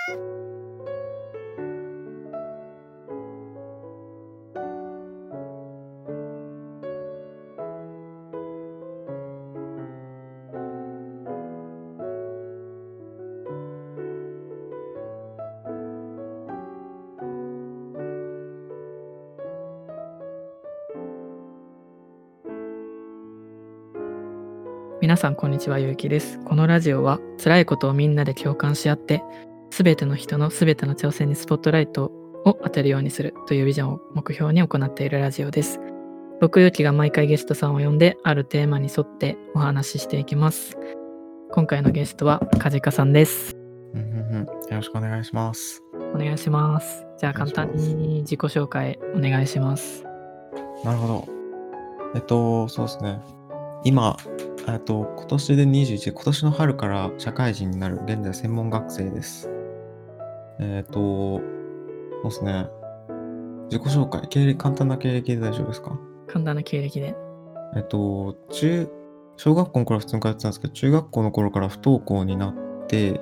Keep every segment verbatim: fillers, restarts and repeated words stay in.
皆さんこんにちは、ゆうきです。このラジオは辛いことをみんなで共感し合って、すべての人のすべての挑戦にスポットライトを当てるようにするというビジョンを目標に行っているラジオです。僕ゆうきが毎回ゲストさんを呼んであるテーマに沿ってお話ししていきます。今回のゲストはかじかさんです。 うんうんうん、よろしくお願いします。 お願いします。じゃあ簡単に自己紹介お願いします。 なるほど。えっと、そうですね。今、えっと、今年でにじゅういち、今年の春から社会人になる、現在専門学生です。えっと、そうですね。自己紹介、経歴、簡単な経歴で大丈夫ですか？ 簡単な経歴で。 えっと、中、小学校の頃は普通に通ってたんですけど、中学校の頃から不登校になって、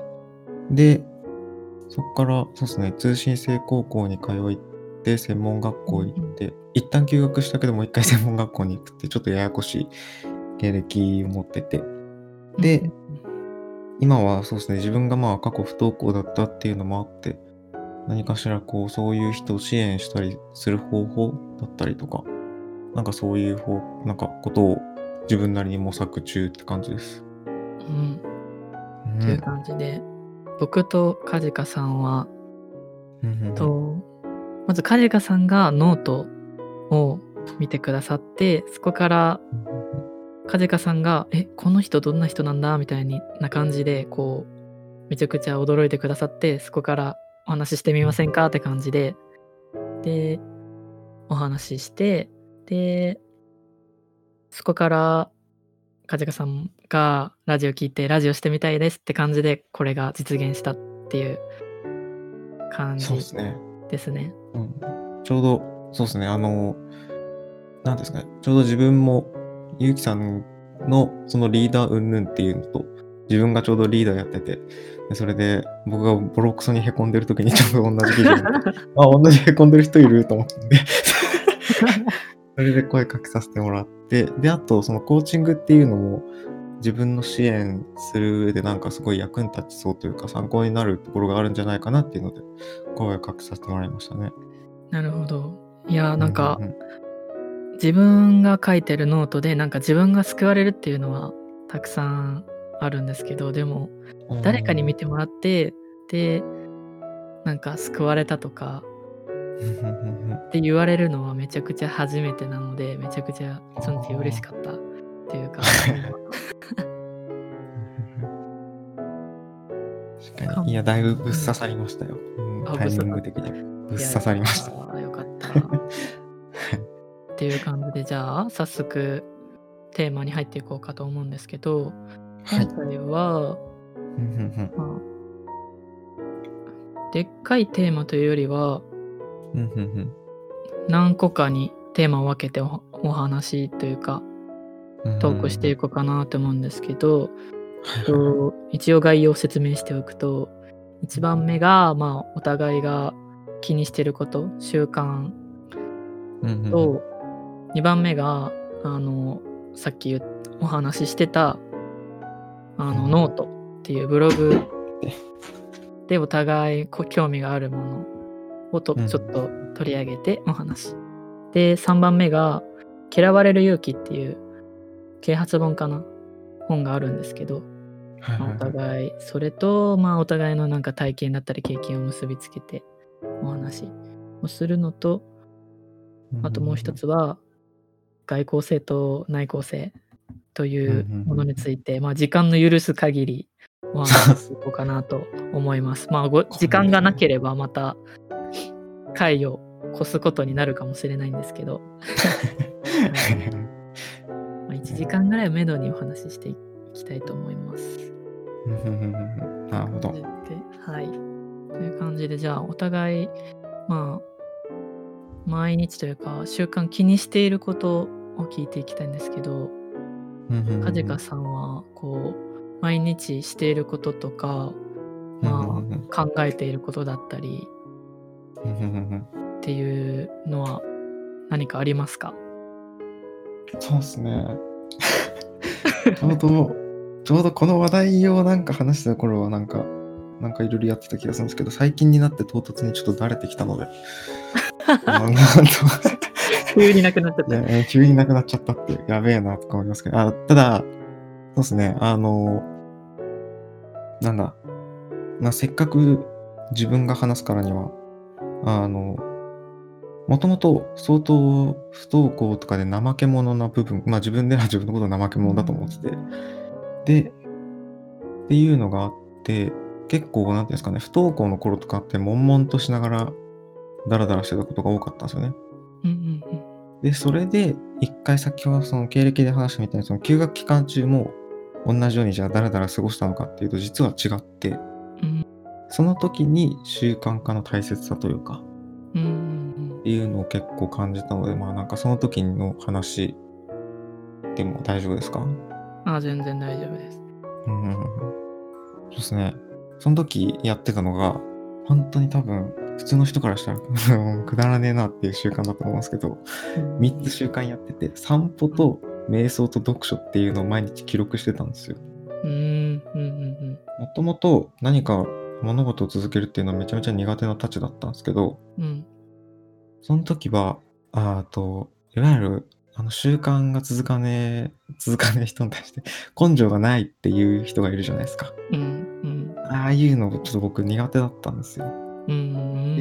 で、そこから、そうですね、通信制高校に通いって、専門学校行って、一旦休学したけどもう一回専門学校に行くって、ちょっとややこしい経歴を持ってて。で、 うん今はそうですね、自分がまあ過去不登校だったっていうのもあって、何かしらこう、そういう人を支援したりする方法だったりとか、なんかそういう方、なんかことを自分なりに模索中って感じです。 うんうん。 という感じで、僕とかじかさんはうんうんうんとまずかじかさんがノートを見てくださって、そこからうんうんかじかさんがえこの人どんな人なんだみたいにな感じでこうめちゃくちゃ驚いてくださって、そこからお話ししてみませんかって感じででお話しして、でそこからかじかさんがラジオ聞いてラジオしてみたいですって感じでこれが実現したっていう感じそうですね。 ですね。 うん。ちょうど、そうですね、あの、なんですかね、ちょうど自分も、ゆうきさんのそのリーダー云々っていうのと、自分がちょうどリーダーやってて、で、それで僕がボロクソにへこんでる時にちょうど同じ記事を見て、あ、同じへこんでる人いると思って、それで声かけさせてもらって、で、あとそのコーチングっていうのも、自分の支援する上でなんかすごい役に立ちそうというか、参考になるところがあるんじゃないかなっていうので、声をかけさせてもらいましたね。 なるほど。いやうんうんなんかうん自分が書いてるノートでなんか自分が救われるっていうのはたくさんあるんですけど、でも誰かに見てもらってでなんか救われたとかって言われるのはめちゃくちゃ初めてなので、めちゃくちゃその時嬉しかったっていうか確かに。いや、だいぶぶっ刺さりましたよ。うん、 あタイミンぶっグ的に。ぶっ刺いやさりました。 あーよかったっていう感じで、じゃあ早速テーマに入っていこうかと思うんですけど、 はい。 今回は、 うんうんまあ、でっかいテーマというよりはうんうんうん何個かにテーマを分けて お, お話というかうんトークしていこうかなと思うんですけど、 はいはいはいと一応概要を説明しておくと、いちばんめが、まあ、お互いが気にしていること習慣うんうんうんと、にばんめがあのさっき言っお話ししてたあのうんノートっていうブログでお互いこ興味があるものをとうんちょっと取り上げてお話。で、さんばんめが嫌われる勇気っていう啓発本かな本があるんですけど、まあ、おはいはいはい互いそれと、まあ、お互いのなんか体験だったり経験を結びつけてお話をするのと、あともう一つは外向性と内向性というものについて、まあ、時間の許す限りお話ししていこうかなと思います。まあ、ご時間がなければまた回を越すことになるかもしれないんですけど、まあ、いちじかんぐらいをめどにお話ししていきたいと思います。 うんうんうんうんなるほど。 ではい。という感じで、じゃあお互い、まあ、毎日というか習慣気にしていることを聞いていきたいんですけど、 うんうんうんかじかさんはこう毎日していることとかうんうんまうんうんあ、考えていることだったりうんうんうんうんっていうのは何かありますか？ そうですね。ちょうど、ちょうどこの話題をなんか話してた頃はなんか、なんかいろいろやってた気がするんですけど、最近になって唐突にちょっとだれてきたので、なんなんと急になくなっちゃっいや、 た。 えー急になくなっちゃったってやべえなとか思いますけど、あ、ただ、そうですね、あの、なんだ、まあ、せっかく自分が話すからには、あの、もともと相当不登校とかで怠け者な部分、まあ自分では自分のことを怠け者だと思ってて、で、っていうのがあって、結構なんていうんですかね、不登校の頃とかって悶々としながらダラダラしてたことが多かったんですよね。 うんうんうん。 で、それで一回先ほどその経歴で話したみたいに、その休学期間中も同じようにじゃあダラダラ過ごしたのかっていうと実は違って、 うん。 その時に習慣化の大切さというか、 うんうんっていうのを結構感じたので、まあなんかその時の話でも大丈夫ですか？ うん。あ、全然大丈夫です。 うんうんうんうん。そうですね。その時やってたのが、本当に多分、普通の人からしたらくだらねえなっていう習慣だと思うんですけど、 うんみっつ習慣やってて、散歩と瞑想と読書っていうのを毎日記録してたんですよ。 うん。うんうんうんもともと何か物事を続けるっていうのはめちゃめちゃ苦手なたちだったんですけど、 うん。うん。 その時は、あと、いわゆる、あの、習慣が続かねえ続かねえ人に対して根性がないっていう人がいるじゃないですか。 うんうんああいうのちょっと僕苦手だったんですよ。 うん。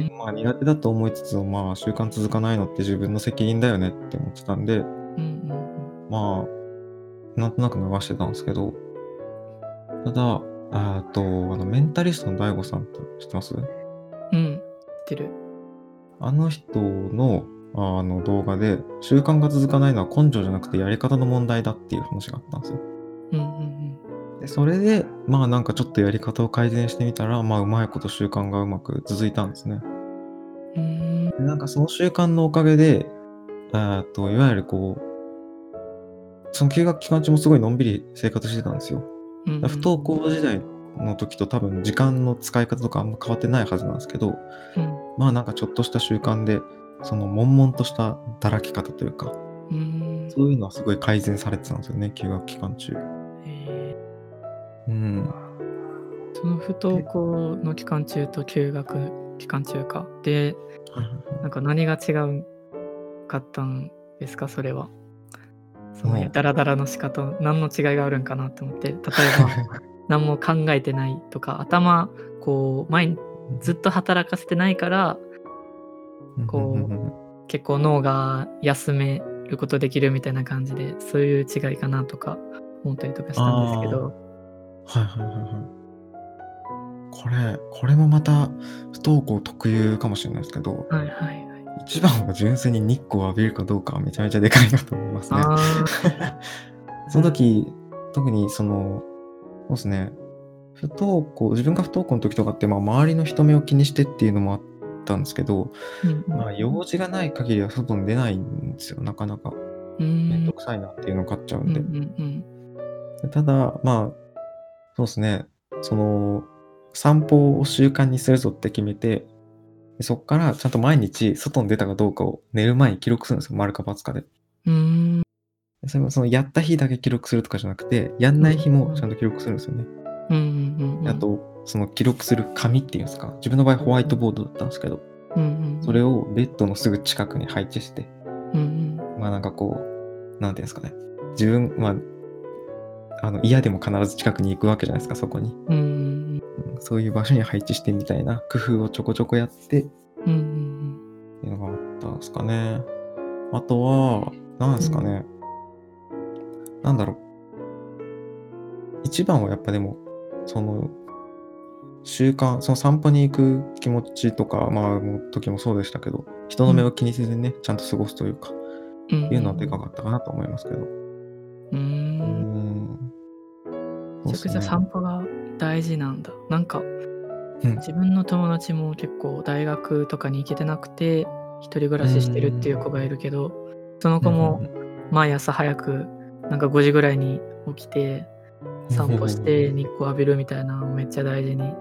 で、まあ、苦手だと思いつつも、まあ、習慣続かないのって自分の責任だよねって思ってたんで、 うんうんまあ、なんとなく流してたんですけど、ただ、あと、あの、メンタリストの ダイゴ さんって知ってます？ うん。うん。知ってる。 あの人の、あの、動画で、習慣が続かないのは根性じゃなくてやり方の問題だっていう話があったんですよ。 うんうんで、それで、まあ、なんかちょっとやり方を改善してみたら、まあ、うまいこと習慣がうまく続いたんですね。 うん。うーん。 で、なんかその習慣のおかげで、えっと、いわゆるこう、その休学期間中もすごいのんびり生活してたんですよ。 うんうん。 だから不登校時代の時と多分時間の使い方とかあんま変わってないはずなんですけど、 うん。 まあなんかちょっとした習慣で、その悶々としただらけ方というか、 うーん。 そういうのはすごい改善されてたんですよね、休学期間中。 えうん。 ー、その不登で、 校の期間中と休学期間中か。で、 はいはいはい。 なんか何が違うかったんですか？それは。その、 もう、 ダラダラの仕方、何の違いがあるんかなって思って、例えば、何も考えてないとか、頭、こう、毎日ずっと働かせてないから、こう、結構脳が休めることできるみたいな感じで、そういう違いかなとか思ったりとかしたんですけああ、 ど。 はいはいはいはい。これ、これもまた不登校特有かもしれないですけど、 はいはいはい。 一番は純粋に日光を浴びるかどうかはめちゃめちゃでかいなと思いますね。 ああ、 その時、特にその、そうですね、不登校自分が不登校の時とかって、まあ、周りの人目を気にしてっていうのもあったんですけど、 うんうん。 まあ、用事がない限りは外に出ないんですよ、なかなか。 うーん。 めんどくさいなっていうのを買っちゃうんで。 うんうんうん。 で、ただ、まあ、そうですね、その、散歩を習慣にするぞって決めて、で、そっからちゃんと毎日外に出たかどうかを寝る前に記録するんですよ、丸か×かで。 うーん。 で、それもそのやった日だけ記録するとかじゃなくて、やんうんない日もうん。 ちゃんと記録するんですよね。 うんうんうんうん。 あと、その記録する紙っていうんですか、自分の場合ホワイトボードだったんですけど、 うんうんうん。 それをベッドのすぐ近くに配置して、 うんうん。 まあ、なんかこう、なんていうんですかね、自分、まあ、あの、嫌でも必ず近くに行くわけじゃないですか、そこに。 うんうんうん。 うん、そういう場所に配置してみたいな工夫をちょこちょこやってっうんうんていうのがあったんですかね。あとは、なんでうん。うん。 すかね、なんだろう。一番はやっぱでも、その、習慣、その散歩に行く気持ちとか、まあ、もう時もそうでしたけど、人うん。 の目を気にせずにね、ちゃんと過ごすというか、 うんっていうのはでうんかかったかなと思いますけど。 うん。うーうーん。 ん、そうめちゃくちゃっすね。 散歩が大事なんだ。なんか、 うん。 自分の友達も結構大学とかに行けてなくて、一人暮うーらししてるっていう子ん。 がいるけど、そのうん、ふん子も毎朝早く、なんかごじぐらいに起きて、 ふん。 散ほうほうほうほう。 歩して日光浴びるみたいなのをめっちゃ大事に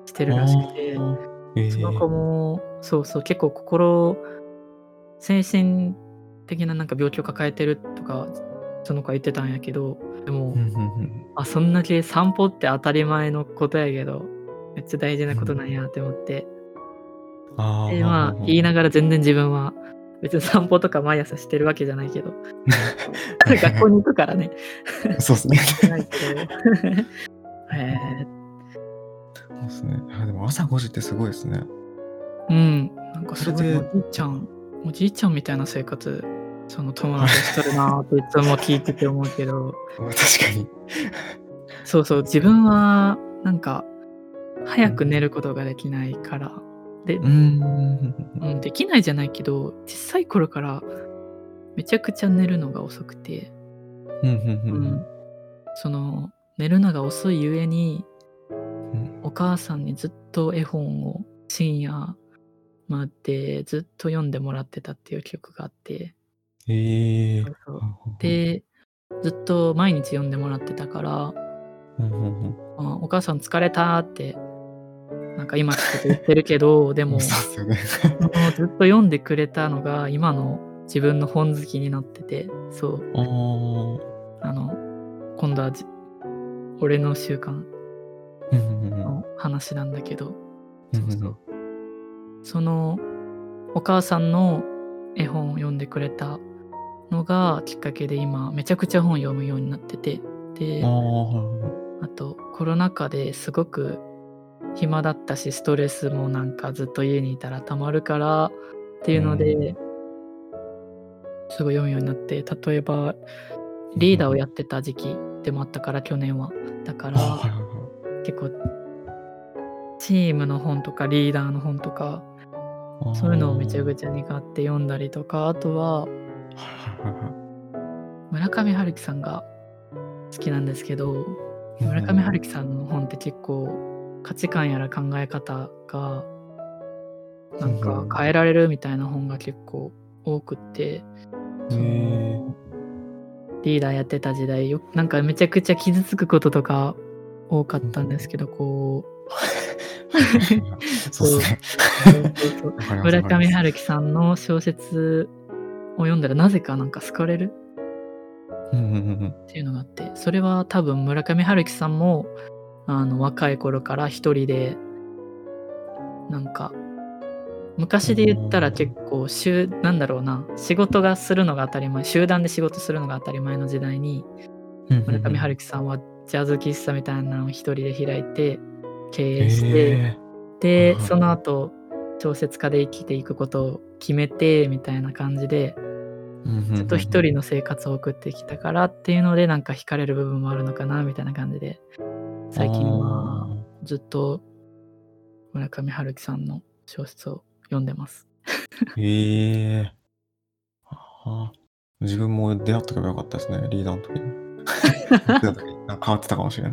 してあるらしくて、 あ、えそのえ。 子もそうそう、結構心精神的ななんか病気を抱えてるとか、その子は言ってたんやけど、でも、 うん、ふんふん。 あ、そんだけ散歩って当たり前のことやけど、めっちゃ大事なことうん。 なんやって思って。 ああ、 で、 はんはまあ、 んはんはん。 言いながら全然自分は、別に散歩とか毎朝してるわけじゃないけど、 はいはいはい。 学校に行くからね。 そうっすね。 してないけど。へえ。 そうっすね。あ、でも朝ごじってすごいですね。 うん、なんかそれですごいおじいちゃんおじいちゃんみたいな生活、その友はい。 達としとるなっていつも聞いてて思うけど。 ま、確かに。 そうそう、自分はなんか、早く寝うんうん。 ることができないから、でうーん、ふんふんふん。 うん、できないじゃないけど、小さい頃からめちゃくちゃ寝るのが遅くて。 ふんふんふんふん。 うん。その、寝るのが遅いゆえにうん。 お母さんにずっと絵本を深夜までずっと読んでもらってたっていう記憶があって。 へえ。 そうそう。 はんはんはん。 で、ずっと毎日読んでもらってたからふんふんふん。 あ、お母さん疲れたって、なんか今聞くと言ってるけど、でうん、 も、 そうっすよね。 そのずっと読んでくれたのが、今の自分の本好きになってて、そう。 ああ。 あの、今度はじ俺の習慣ふんふんふんふん。 の話なんだけど、 ふんふんふん。 そうそう。その、お母さんの絵本を読んでくれたのがきっかけで、今めちゃくちゃ本読むようになってて、でああ、はいはいはい。 あと、コロナ禍ですごく暇だったし、ストレスもなんかずっと家にいたら溜まるからっていうーうのでん。 すごい読むようになって、例えば、 ふんふんふん。 リーダーをやってた時期でもあったから、去年は。だかあ、 ら、 はいはいはい。 結構チームの本とかリーダーの本とか、 あそういうのをめちゃくあ。 ちゃに買って読んだりとか、あとははいはいはいはい。 村上春樹さんが好きなんですけど、 ふんふ村上んふん。 春樹さんの本って結構価値観やら考え方がなふんんかふん。 変えられるみたいな本が結構多くって、 へその、 え。 リーダーやってた時代、よなんかめちゃくちゃ傷つくこととか多かっふんふん。 たんですけど、こうはいはいはいはい。そうっそう。 すね。 そうそうそう。 分かります分村上かります。 春樹さんの小説を読んだらなぜかなんか好かれるふんふんふんふん。 っていうのがあって、それは多分村上春樹さんも、あの、若い頃から一人でなんか、 あ昔で言ったら結あ。 構しゅうなんだろうな、仕事がするのが当たり前、集団で仕事するのが当たり前の時代に、 ふんふ村上んふん。 春樹さんはジャズ喫茶みたいなのを一人で開いて経へ営して、 え。はいで、そはいはい。 の後、小説家で生きていくことを決めてみたいな感じで、 うん、ふずっとんふんふん。 一人の生活を送ってきたからっていうので、なんか惹かれる部分もあるのかなみたいな感じで、 あ最近はあ。 ずっと村上春樹さんの小説を読んでます。 へえ。はあ。自分も出会っとけばよかったですね、リーダーの時に。出会った時に、なん変わってたかもしれない。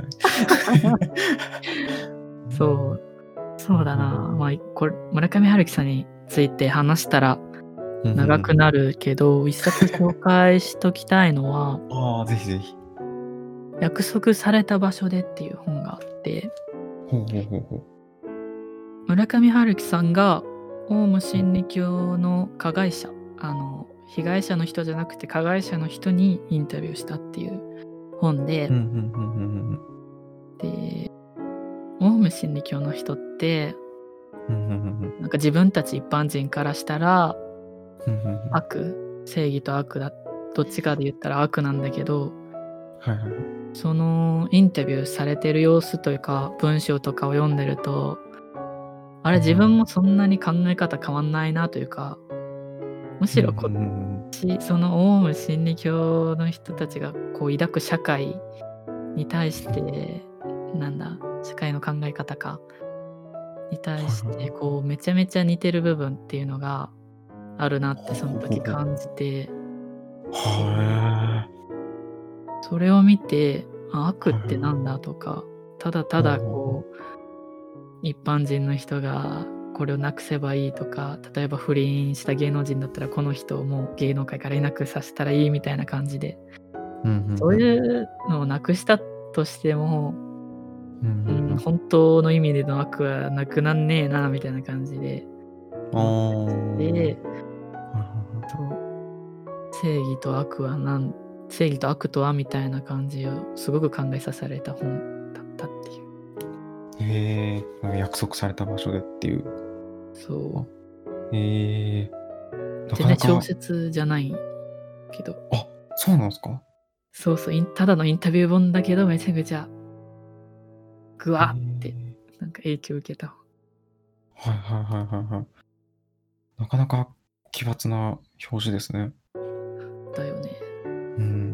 うーん。 そう。そうだな。 ふんふんふん。 まあ、これ、村上春樹さんについて話したらふんふんふんふん。 長くなるけど、一冊紹介しときたいのはああ、ぜひぜひ。 約束された場所でっていう本があってほうほうほうほう。 村上春樹さんがオウムうん。 真理教の加害者、あの、被害者の人じゃなくて加害者の人にインタビューしたっていう本でふんふんふんふんふんふん。 で、オウム真理教の人ってふんふんふんふん。 なんか自分たち一般人からしたらふんふんふん。 悪、正義と悪だどっちかで言ったら悪なんだけどはいはいはい。 そのインタビューされてる様子というか、文章とかを読んでると、あれ、 うんうん。 自分もそんなに考え方変わんないなというか、むうん、 しろこふん、うんうん。 っち、そのオウム真理教の人たちがこう抱く社会に対しふん。 て、なんだ、社会の考え方かに対しはいはいはい。 てこうめちゃめちゃ似てる部分っていうのがあるなってそのほほほほ。 時感じて。 はえ。 それを見て、あ、悪っはいはいはい。 てなんだとか、ただたほうだほうほう。 こう一般人の人がこれをなくせばいいとか、例えば不倫した芸能人だったらこの人をもう芸能界からいなくさせたらいいみたいな感じで、 うん、ふんそうふん。 いうのをなくしたとしてもうんううんん、 うん。 本当の意味での悪はなくなんねえなみたいな感じであ思ってあ。 て、 はいはいはい。 そう、正義と悪はなん正義と悪とはみたいな感じをすごく考えさせられた本だったっていう。 へえ、なんか約束された場所でっていう。あ、 そう。 へえ、な全然小かなか説じゃないけど、 あ、そうなんすか？ そうそう、インただのインタビュー本だけど、めちゃくちゃぐへわってえ。 なんか影響を受けた。 はいはいはいはいはい。なかなか奇抜な表紙ですね。 だよね。 うん。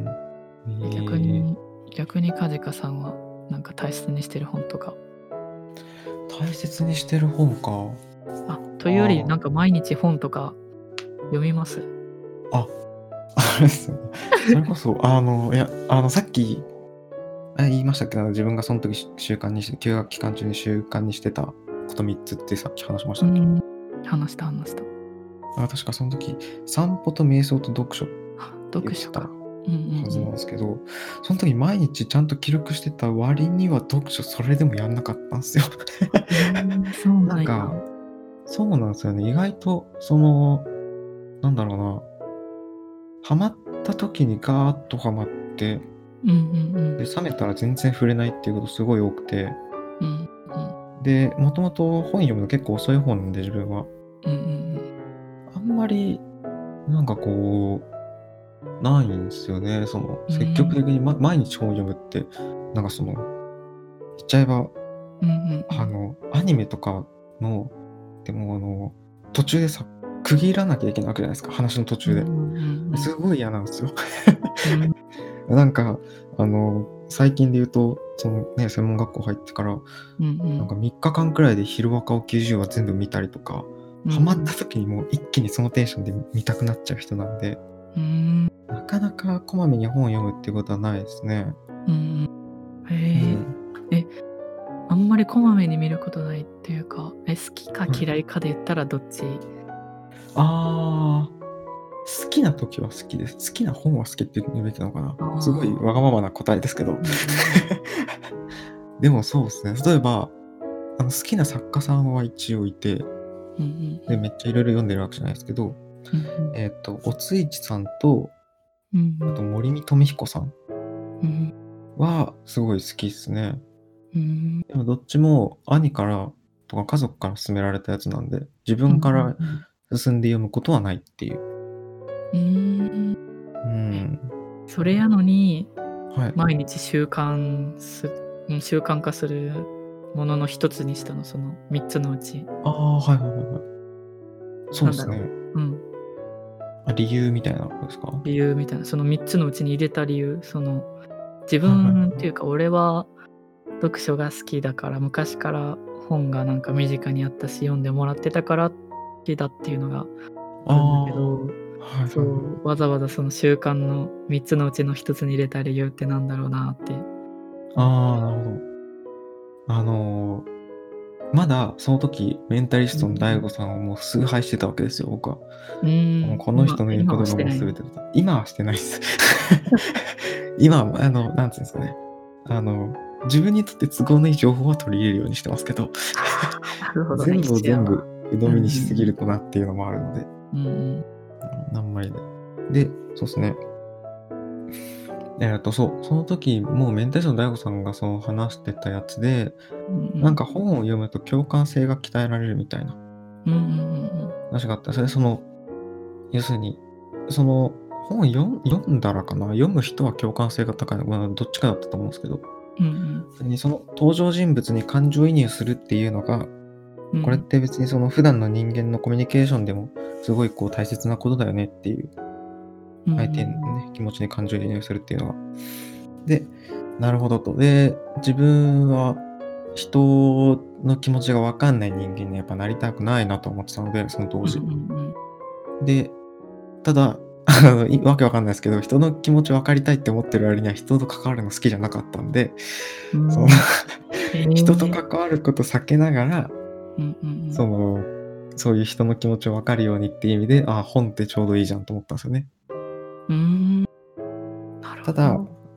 え、逆へえ。 に逆にカジカさんはなんか大切にしてる本とか。 大切にしてる本か。 あ、というよりあなんか毎日本とか読みます？ あ。あ、あれですよね。それこそ、あの、いや、あの、さっき、あ、言いましたっけど、自分がその時し習慣にして休学期間中に習慣にしてたことみっつってさっき話しましたっけ？ うーん、話した話した。 あ、確かその時、散歩と瞑想と読書ってあ、 言ってた読書か。うんうんはずなんうん。 ですけど、その時毎日ちゃんと記録してた割には読書それでもやんなかったんすよ。 へえ、そうなんや。 なんか、そうなんすよね。意外とその、なんだろうな、ハマった時にガーッとハマって、 うんうんうで、 ん。 冷めたら全然触れないっていうことすごい多くて、 うんうん。 で、もともと本読むの結構遅い方なんで自分は。 うんうんうん。 あんまり、なんかこう、ないんすよね。その、 うー積極ん。 的にま毎日本を読むって、なんかその、言っちゃえば、 うんうんうん。 あの、アニメとかの、でもあの、途中でさ、区切らなきゃいけないわけじゃないですか、話の途中で。 うんうんうんうん。 すごい嫌なんすよ。 うん。 なんか、あの、最近で言うと、そのね、専門学校入ってから、 うんうん。 なんかみっかかんくらいでヒロアカをきゅうじゅうわ全部見たりとか、ハマったうんうん。 時にもう一気にそのテンションで見たくなっちゃう人なんで、 うーん。 なかなかこまめに本を読むっていうことはないですね。 うんうん。へえ。 うん。 え、あんまりこまめに見ることないっていうか、え、好きかはい。 嫌いかで言ったらどっち？ ああ、好きな時は好きです。好きな本は好きって言うべきなのかな。 あすごいあ。 わがままな答えですけど。 うんうんうん。 でもそうですね。例えば、あの好きな作家さんは一応いて、 うんうんうで、 ん。 めっちゃいろいろ読んでるわけじゃないですけど、 うんうん。 えっと、おついちさんと、 うんうあとん。 森見富彦さんうん。 はすごい好きっすね。 うーん。 でもどっちも兄からとか家族から勧められたやつなんで、自うんうん分からうん。 進んで読むことはないっていう。 うーん。 うえ、 ん。 それやのに、 はい。 毎日習慣すうん、習慣化するものの一つにしたの、そのみっつのうち、 ああ、はいはいはいはい。そうなんだろですね。 う、うん、 あ、理由みたいなことですか？は理由みたいな、そのみっつのうちに入れた理由、その、自いはいはいはい。 分っていうか、俺は読書が好きだから、昔から本がなんか身近にあったし、読んでもらってたから好きだっていうのがああるんだけあ、 ど、 はいはいはい。 そう、わざわざその習慣のみっつのうちのひとつに入れた理由ってなんだろうなって思っああ、なるほど。あの、まだその時、メンタリストのうんうん。 ダイゴさんをもう崇拝してたわけですよ、僕は。 うーん、 もうこの今人の言う今ことがもうはしてないの？ 全てだと。今はしてないっす。今は、あの、なんつうんですかね、あの、自分にとって都合のいい情報は取り入れるようにしてますけど、 なるほどね、 全部を必要は。 全部鵜呑うんうみにしすぎんるとなっていうのもあるので、 うん。うんうん。 うん、あんまりね。で、そうっすね。えっと、そう、その時、もうメンタリストの ダイゴさんがその話してたやつで、 うんうん。 なんか本を読むと共感性が鍛えられるみたいなうんうんうんうん。 話があった。それその、要するに、その、本を読ん読んだらかな、読む人は共感性が高いの、まあ、どっちかだったと思うんですけど、 うんうん。 それにその登場人物に感情移入するっていうのが、これっうん。 て別にその普段の人間のコミュニケーションでもすごいこう大切なことだよねっていう、 うんうんう相手のん。 ね、気持ちに感情移入するっていうのは。で、なるほどと。で、自分は人の気持ちがわかんない人間にやっぱなりたくないなと思ってたので、その当うんう時。 んうん。 で、ただ、あの、いわけわかんないですけど、人の気持ち分かりたいって思ってる割には人と関わるの好きじゃなかったんで、 うーそのん。へ人とえ。 関わること避けながら、 うんうんうん。 その、そういう人の気持ちを分かるようにっていう意味で、ああ、本ってちょうどいいじゃんと思ったんですよね。 うーん、なるただ、 ほど。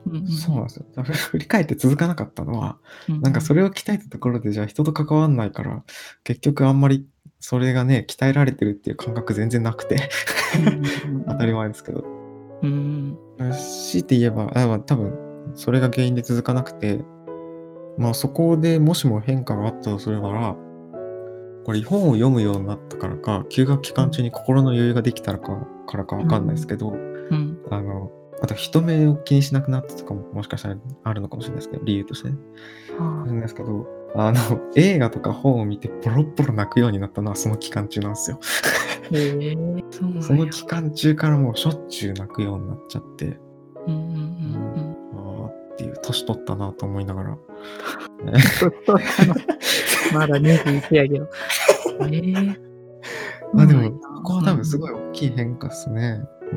うんうんそうなんですよ。だから振り返って続かなかったのは、 うんうんなんかそれを鍛えたところで、じゃあ人と関わんないから、結局あんまりそれがね、鍛えられてるっていう感覚全然なくてうんうん当たり前ですけど。 うんあ、強いて言えば、あ、ま、多分それが原因で続かなくて、まあ、そこでもしも変化があったとするなら、これ本を読むようになったからか、休学期間中に心の余裕ができたらかからかわかんないですけど、 うんあの、あと人目を気にしなくなったとかも、もしかしたらあるのかもしれないですけど、理由としてね。 あなんですけど、あの、映画とか本を見てボロッボロ泣くようになったのはその期間中なんすよ。 ーへえ、そうなそんや。 の期間中からもうしょっちゅう泣くようになっちゃって、 うんうんううん、 んうん。 ああっていう、年取ったなと思いながら。 そうそうかな。まだにじゅういちやけど。ええ、そうま、でなんや。 も、そこはうんうん。 多分すごい大きい変化っすね。うん。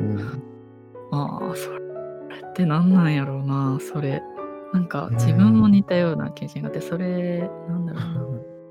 ああ、それってなんなんやろうな、それ。なんかうー自分も似ん。 たような経験があって、それ、なんだろうな。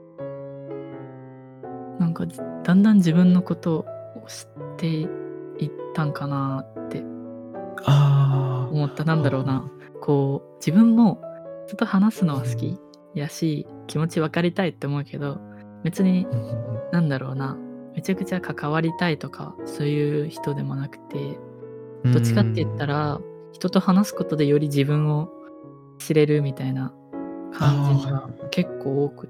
なんか、じだんだん自分のことを知っていったんかなってあ思った。なあ、 んだろうな。 はこう、自分も人と話すのは好うん。 きやし、気持ち分かりたいって思うけど、別にうんうんうん。 なんだろうな、めちゃくちゃ関わりたいとか、そういう人でもなくて、 うーどっちかって言ったん。 ら、人と話すことでより自分を知れるみたいな感じああ、はいがはいはい。 結構多くって、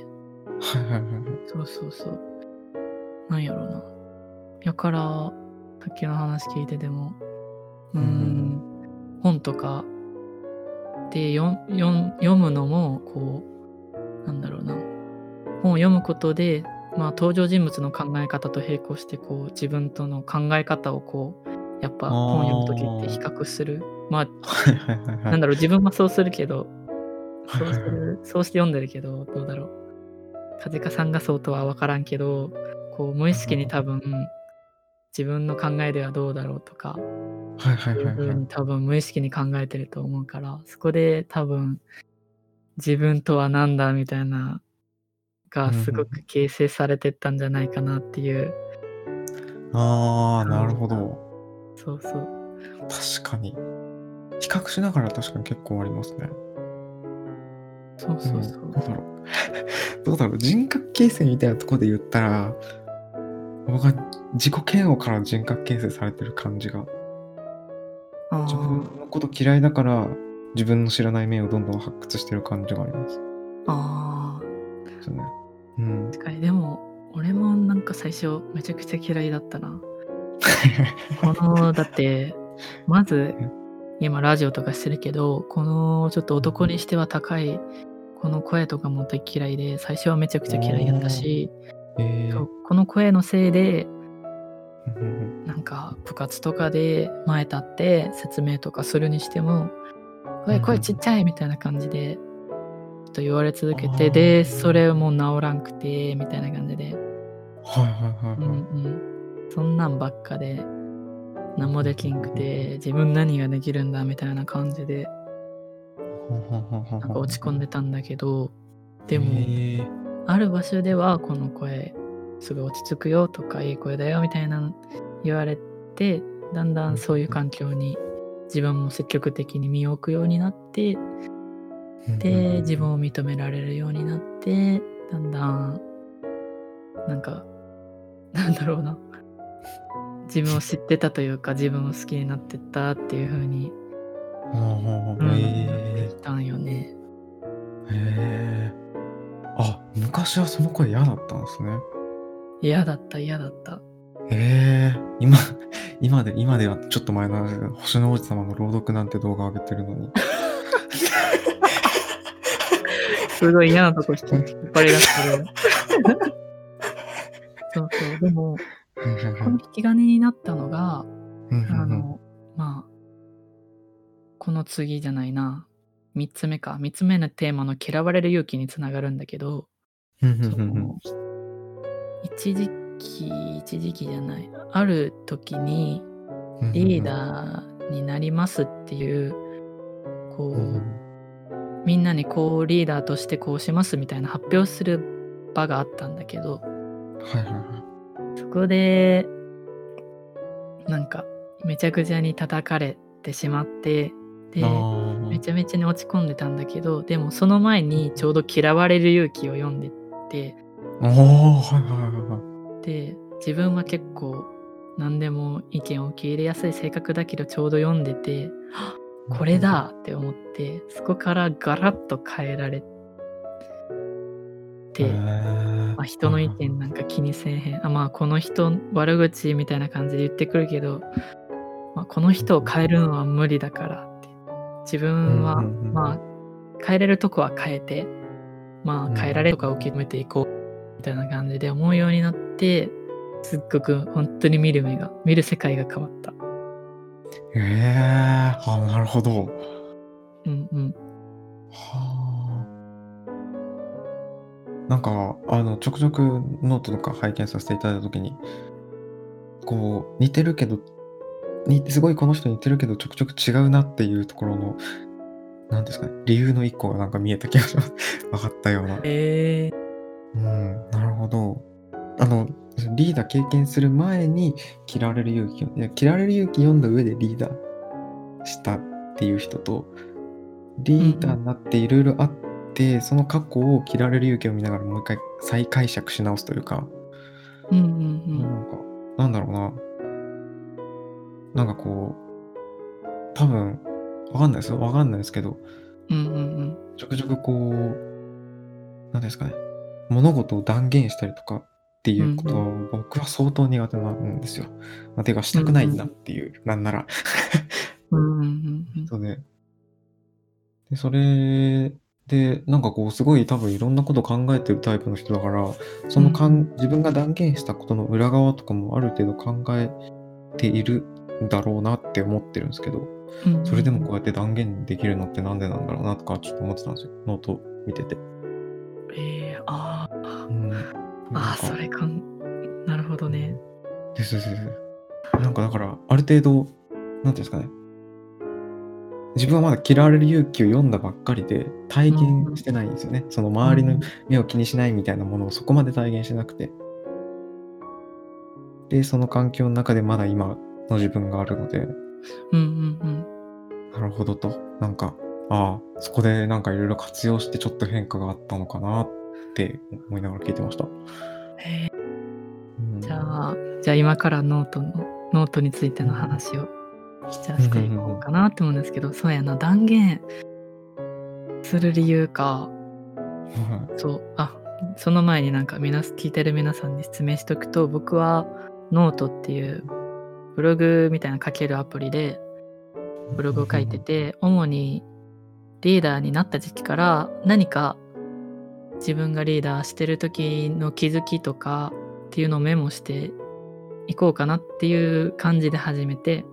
はいはいはいはい。 そうそうそう。なんやろうな。やから、さっきの話聞いてても、うーうんうんうん。 ん、本とかでよんよん読むのも、こう、なんだろうな、本を読むことで、まあ、登場人物の考え方と並行して、こう、自分との考え方をこう、やっあぱ本を読む時って比あ。 較する。まあ、 はいはいはいはい。 なんだろう、自分はそうするけど、 はいそうすはいはいはい。 るそうして読んでるけど、どうだろう。風香さんがそうとは分からんけど、こう無意識に多分、自分の考えではどうだろうとかはいはいいうはいはい。 風に多分無意識に考えてると思うから、そこで多分、自分とは何だみたいなうん、 がすごくふんふん。 形成されてったんじゃないかなっていうああ、なる感じが、 ほど。 そうそう。 確かに。比較しながら確かに結構ありますね。 そうでも、 そうそう。 どうだろう。どうだろう、人格形成みたいなとこで言ったら、僕は自己嫌悪から人格形成されてる感じが、自分あのこと嫌いだから、自分の知らない面をどんどん発掘してる感じがあります。 あ、ああ、 ですよね。うん。 確かにでも、俺もなんか最初めちゃくちゃ嫌いだったな。この、だって、まず、今ラジオとかしてるけど、このちょっと男にしては高い、この声とかも大嫌いで、最初はめちゃくちゃ嫌いやったおお、 し、そう、 ええ。 この声のせいで、 ふんふんふん。 なんか部活とかで前立って説明とかするにしても、 うん、 声声ちっふんふん。 ちゃいみたいな感じで、ちょっと言われ続けて、 あで、それも治らんくてみたいな感じで、 あ、はいはいはいうんはい。 うん。そんなんばっかで、 ふんふん何もできんふんふんふん。 くて、自分何ができるんだみたいな感じで、 ほんほんほんほんなんか落ちほんほん。 込んでたんだけど、でも、 ええ。 ある場所ではこの声すぐ落ち着くよとか、いい声だよみたいな言われて、だんだうん、 んそういうふんふん。 環境に自分も積極的に身を置くようになって、 ふんふんふで、 んふん。 自分を認められるようになって、だんだん、なんか、なんだろうな、自分を知ってたというか、自分を好きになってったっていう風に、 ほうほうほう。 うん、なっていえったんよね。 え。へえ。あ、昔はその声嫌だったんですね。 嫌だった嫌だった。 へえ。今今で今ではちょっと前の話だけど、星の王子様の朗読なんて動画上げてるのに。 すごい嫌なとこひき引っ張り出してる。そうそう。でも、 はいはいはい。 この引き金になったのが、 ふんふんふん。 あの、まあ、この次じゃないな、みっつめか。みっつめのテーマの嫌われる勇気に繋がるんだけど、 ふんふんそふんふん。 の、一時期一時期じゃない、ある時にふんふんリーふん。 ダーになりますっていう、 ふんふんふこう、 ん。 みんなにこうリーダーとしてこうしますみたいな発表する場があったんだけど、 はいはいはい。 そこで、なんかめちゃくちゃに叩かれてしまって、 あで、 ちゃめちゃに落ち込んでたんだけど、でもその前にちょうど嫌われる勇気を読んでて、 おお、はいはいはいはい。 で、自分は結構何でも意見を受け入れやすい性格だけど、ちょうど読んでて、あ、これだって思って、そこからガラッと変えられへて、 え。 まあ、人の意見なんか気にせえへん。あ、まあこの人悪口みたいな感じで言ってくるけど、まあ、この人を変えるのは無理だからって。自分はまあ変えれるとこは変えて、まあ変えられるとか受け止めていこうみたいな感じで思うようになって、すっごく本当に見る目が、見る世界が変わった。 へえ、あ、なるほど。 うんうん。 はあ。なんか、あの、ちょくちょくノートとか拝見させていただいた時に、こう、似てるけど、にすごいこの人似てるけど、ちょくちょく違うなっていうところの、なんですかね、理由の一個がなんか見えた気がします。分かったような。 ええ。 うん、なるほど。あの、リーダー経験する前に嫌われる勇気をいや、嫌われる勇気読んだ上でリーダーしたっていう人と、リーダーになっていろいろあって、その過去を嫌われる勇気を見ながらもう一回再解釈し直すというか、 うんうんうん。 なんか、なんだろうな、なんかこう、多分、わかんないですよ。わかんないですけど、 うんうんうん。 ちょくちょくこう、なんですかね、物事を断言したりとかってうんういうことは、 ん。 僕は相当苦手なんですよ。まあ、ていうかしうんたくないんだっうん。 ていう、なんなら。 うんうんうんうん。 人で。で、それで、なんかこうすごい多分いろんなこと考えてるタイプの人だから、そうんうのかんん。 自分が断言したことの裏側とかもある程度考えているんだろうなって思ってるんですけど、 うんうんうそれでもこん。 うやって断言できるのってなんでなんだろうなとかちょっと思ってたんですよ。ノート見てて。 ええ、ああ。 うん。なんああ、 か、 それかんなるほどね。 うん。ですですです。なんかだから、ある程度、なんていうんですかね、自分はまだ嫌われる勇気を読んだばっかりで、体うんうん。 現してないんですよね。その周りのうん。 目を気にしないみたいなものをそこまで体現してなくて。で、その環境の中でまだ今の自分があるので、 うんうんうん。 なるほどと。なんか、ああ、そこでなんかいろいろ活用してちょっと変化があったのかなって思いながら聞いてました。 へえ。 うん。 じゃあじゃあ今からノートのノートについてのうん。 話を、じゃあうん、 していふんふんふん。 こうかなって思うんですけど、そうやな、断言する理由か。 はい。 そう、あ、その前になんかみな聞いてる皆さんに説明しとくと、僕はノートっていうブログみたいな書けるアプリでブロうん、 グを書いふんふん。 てて、主にリーダーになった時期から何か自分がリーダーしてる時の気づきとかっていうのをメモしていこうかなっていう感じで始めて、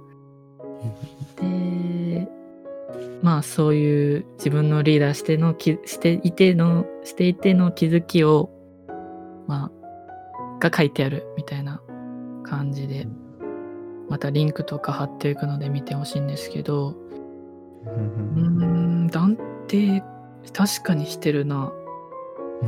で、まあそういう自分のリーダーしてのきしていてのしていての気づきを、まあ、が書いてあるみたいな感じで、またリンクとか貼っていくので見てほしいんですけど、 うん、ふんふんうーふんふん。 ん、断定確かにしてるな。 うん。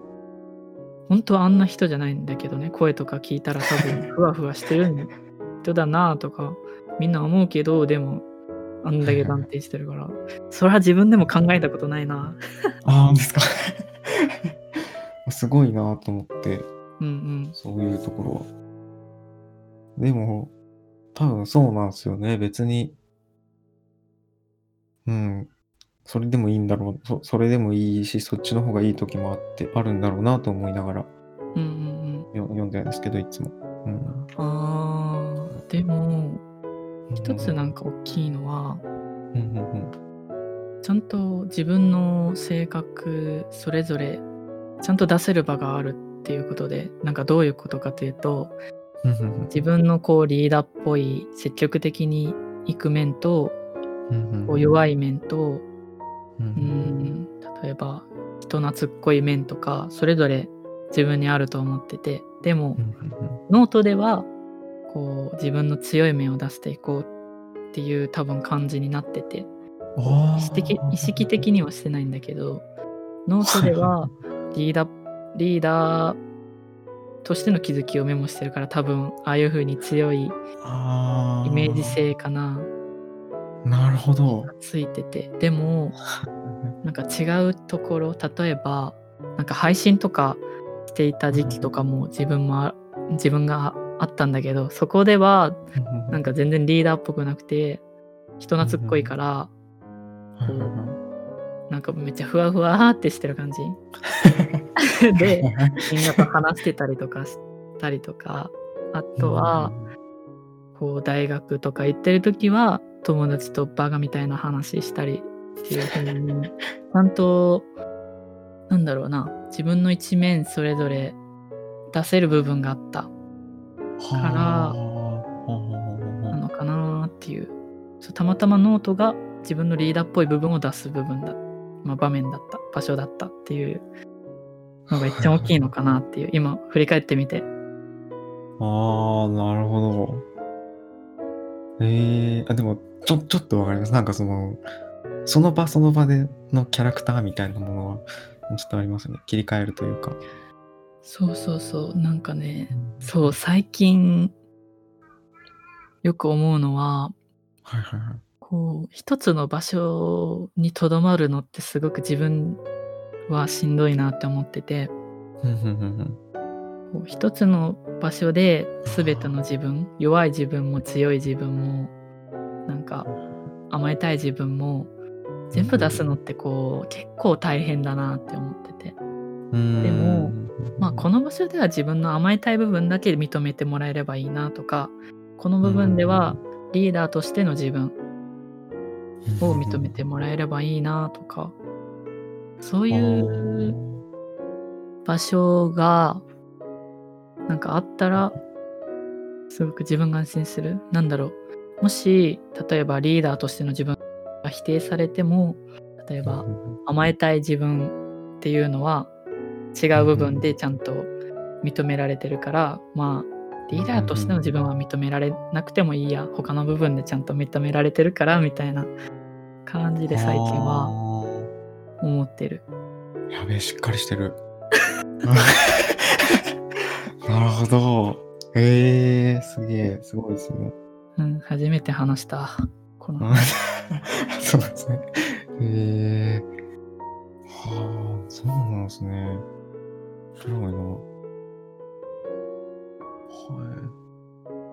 本当はあんな人じゃないんだけどね、声とか聞いたら多分ふわふわしてる人だなとか、みんな思うけど、でも、あんだけ断はいはいはい。 定してるから、それは自分でも考えたことないな。 ああ、ですか。すごいなと思って、 うんうん。 そういうところは。でも、多分そうなんすよね。別に、うん、それでもいいんだろう、そそれでもいいし、そっちの方がいい時もあってあるんだろうなと思いながら、 うんうんうん。 よ読んでるんですけど、いつも。うん。 ああ、でも、 うん、ふ一んふん。 つなんか大きいのは、 うん、ふんふん。 ちゃんと自分の性格それぞれ、ちゃんと出せる場があるっていうことで、なんかどういうことかというと、 うん、ふんふんふん。 自分のこうリーダーっぽい積極的に行く面と、 うん、ふんこうふん。 弱い面と、 うん、ふんうーふん。 ん、例えば人懐っこい面とか、それぞれ自分にあると思ってて、でもうん、ふんふん。 ノートではこう自分の強い面を出していこうっていう多分感じになってて、こう意識的意あ識的にはしてないんだけど、ノあ。 ートはいはい。 ではリーダーリーダーとしての気づきをメモしてるから、多分ああいう風に強いイメージああ。 性かな。 なるほど。 がついてて、でも、なんか違うところ、例えば、なんか配信とかしていた時期とかも自分もあ自分があったんだけど、そこではなんか全然リーダーっぽくなくて、人懐っこいから、こう、なんかめっちゃふわふわってしてる感じで、みんなと話してたりとかしたりとか、あとは、こう大学とか行ってる時は友達とバカみたいな話したりっていう風に、ちゃんと、なんだろうな、自分の一面それぞれ出せる部分があったからなのかなっていう。そう、たまたまノートが自分のリーダーっぽい部分を出す部分だ、まあ、場面だった、場所だったっていうのが一番大きいのかなっていう、今振り返ってみて。 ああ、なるほど。ええ、あ、でも、ちょちょっとわかります。なんかその、その場その場でのキャラクターみたいなものは、ちょっとありますよね。切り替えるというか。 そうそうそう、なんかね、そう、最近よく思うのは、 はいはいはい。 こう、一つの場所にとどまるのってすごく自分はしんどいなって思ってて、 ふんふんふんふん。 こう一つの場所で全ての自分、弱い自分も強い自分も、なんか甘えたい自分も全部出すのってこう結構大変だなって思ってて。 うーん。 でも、まあこの場所では自分の甘えたい部分だけ認めてもらえればいいなとか、この部分ではリーダーとしての自分を認めてもらえればいいなとか、そういう場所がなんかあったらすごく自分が安心する。なんだろう、もし例えばリーダーとしての自分が否定されても、例えば甘えたい自分っていうのは違う部分でちゃんと認められてるから、まあリーダーとしての自分は認められなくてもいいや、他の部分でちゃんと認められてるからみたいな感じで最近は思ってる。 やべえ、しっかりしてる。なるほど。ええ、すげえ、すごいですね。 うん、初めて話した。このそうなんですね。へえ。はあ、そうなんですね。面白いな。はい。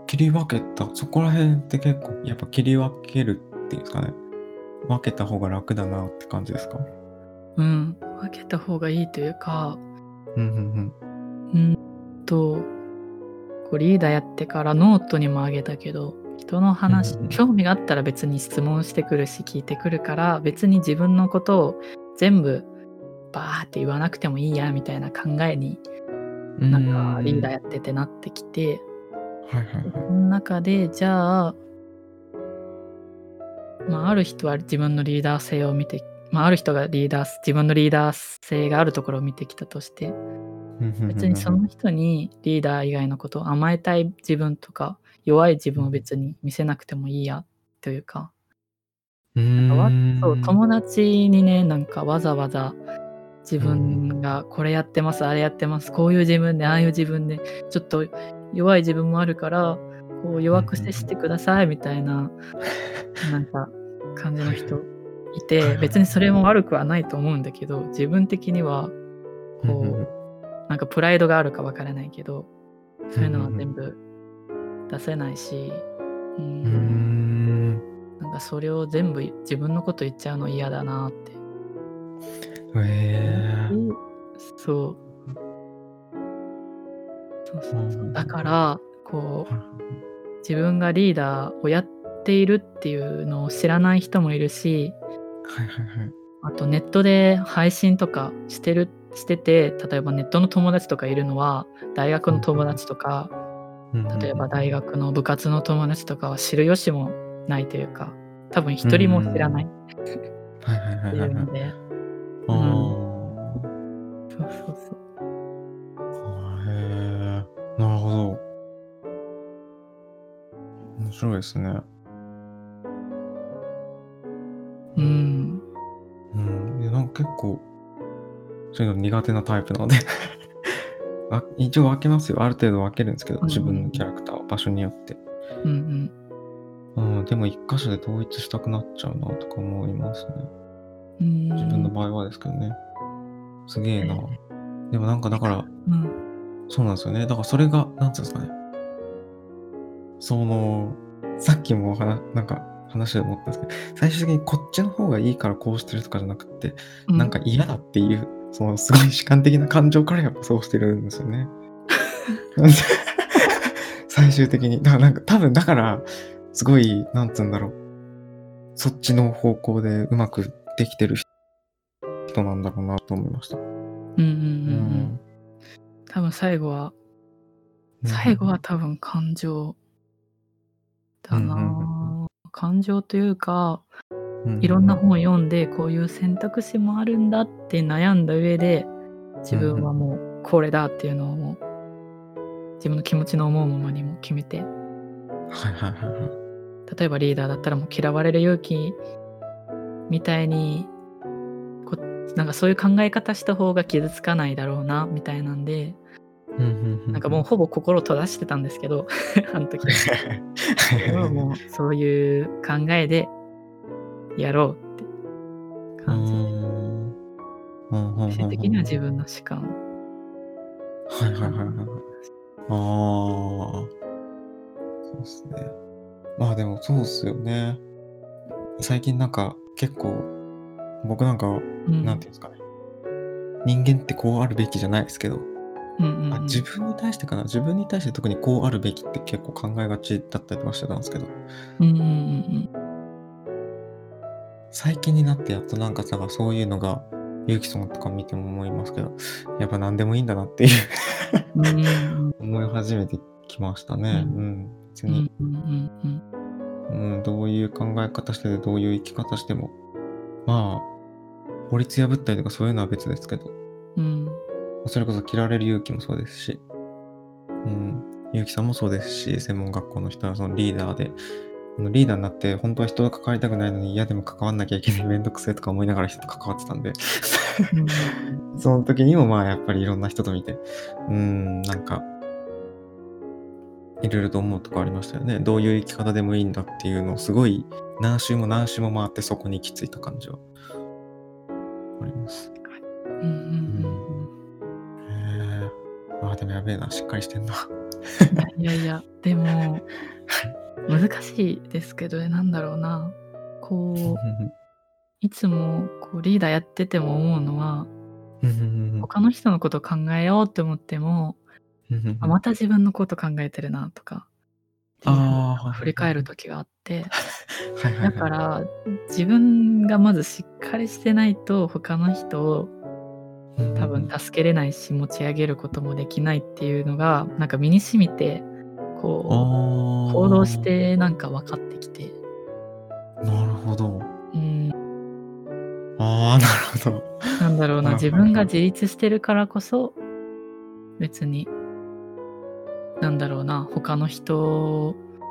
切り分けた、そこら辺って結構やっぱ切り分けるっていうんですかね。分けた方が楽だなって感じですか？ うん、分けた方がいいというか、 うんうんうん。 うんと、こうリーダーやってからノートにもあげたけど、人の話、 うんうんうん。 興味があったら別に質問してくるし聞いてくるから、別に自分のことを全部バーって言わなくてもいいやみたいな考えに、なんかリーダーやっててなってきて、 はいはいはい。 その中でじゃあ、まあ、ある人は自分のリーダー性を見て、まあ、ある人がリーダー自分のリーダー性があるところを見てきたとして、別にその人にリーダー以外のことを甘えたい自分とか弱い自分を別に見せなくてもいいやというか、 うーなんかわそう、 ん。 友達にね、なんかわざわざ自分がこれやってます、あれやってます、こういう自分で、ああいう自分で、ちょっと弱い自分もあるから、こう弱く接してくださいみたいな、なんか感じの人いて、別にそれも悪くはないと思うんだけど、自分的にはこう、なんかプライドがあるかわからないけど、そういうのは全部出せないし、うーうーん、 ん。 なんかそれを全部自分のこと言っちゃうの嫌だなってへえ。 思って、そう。そうそうそう。だから、こう、自分がリーダーをやっているっていうのを知らない人もいるし、 はいはいはい。 あとネットで配信とかしてるしてて、例えばネットの友達とかいるのは、大学の友達とか、例えば大学の部活の友達とかは知る由もないというか、多分一人も知らないっはいはいはいていはいはい。 うので、 あうん、 あ。 そうそうそう。 へえ、なるほど。面白いですね。 うん。 うん。いや、なんか結構、そういうの苦手なタイプなのであ、一応分けますよ。ある程度分けるんですけど、 うんうん自分のうん。 キャラクターを場所によって。 うんうん。 うん、でも一箇所で統一したくなっちゃうなとか思いますね。 うー自分のん。 場合はですけどね。すげえな。 ええ。 でもなんかだから、 うん。 そうなんですよね。だからそれが、なんつうんですかね。その、さっきもはななんか話で思ったんですけど、最終的にこっちの方がいいからこうしてるとかじゃなくって、なんうん。 か嫌だっていう、そのすごい主観的な感情からやっぱそうしてるんですよね。なんで最終的に。だからなんか多分だから、すごい、なんつうんだろう、そっちの方向でうまくできてる人なんだろうなと思いました。 うんうんうんううん。 ん。 多分最後はうん、ふ最後はんふん。 多分感情だうん、ふんふんふん。 な。感情というか、 うん、 いろんなふんふん。 本を読んで、こういう選択肢もあるんだって悩んだ上で、自うん、ふん分はふん。 もうこれだっていうのをもう、自分の気持ちの思うままにも決めて、 はいはいはいはい。 例えばリーダーだったらもう嫌われる勇気みたいに、こなんかそういう考え方した方が傷つかないだろうなみたいなんで、 うん、ふんふんふん。 なんかもうほぼ心閉ざしてたんですけど、あの時は。けど、もうそういう考えでやろうってうー感じで、 ん。ふんふん最終ふんふん。 的には自分の主観はいはいかな。 はいはいはい。ああ、そうっすね。まあ、でもそうっすよね。最近なんか結構、僕なんか、 うん。 なんていうんですかね、人間ってこうあるべきじゃないですけど、 うんうんうあ、自ん。 分に対してかな、自分に対して特にこうあるべきって結構考えがちだったりとかしてたんですけど、 うんうんうんうん。 最近になってやっとなんかさ、そういうのが、ユキソンとか見ても思いますけど、やっぱ何でもいいんだなっていううんうんうん。 思い始めてきましたね。ううん。 ん。別に、 うんうんうんうん。 うん、どういう考え方してて、どういう生き方しても、まあ、法律破ったりとかそういうのは別ですけど、 うん。 それこそ嫌われる勇気もそうですし、うん、ゆうきさんもそうですし、専門学校の人はそのリーダーで、あのリーダーになって本当は人と関わりたくないのに嫌でも関わんなきゃいけないめんどくせえとか思いながら人と関わってたんで、 うんうんうん。 その時にもまあやっぱりいろんな人と見て、うーん、なんか、いろいろと思うとこありましたよね。どういう生き方でもいいんだっていうのをすごい何周も何周も回ってそこに行き着いた感じはあります。 うんうんうん。 うんうん。 へえ。ああ、でもやべえな、しっかりしてんな。 いやいやいや、でも、難しいですけどね、なんだろうな。こう、いつもこうリーダーやってても思うのは、他の人のこと考えようって思っても、あ、また自分のこと考えてるなとかっていう風にああ、 なんか振り返る時があって、 はいはいだはい。 から、自分がまずしっかりしてないと、他の人をうんうん多分うん。 助けれないし、持ち上げることもできないっていうのが、なんか身に染みて、こう、行動しあてなんか分かってきて、 あ、なるほど。 うん、 ああ、なるほど。 なんだろうな、 はい自はいはい。 分が自立してるからこそ、別に、なんだろうな、他の人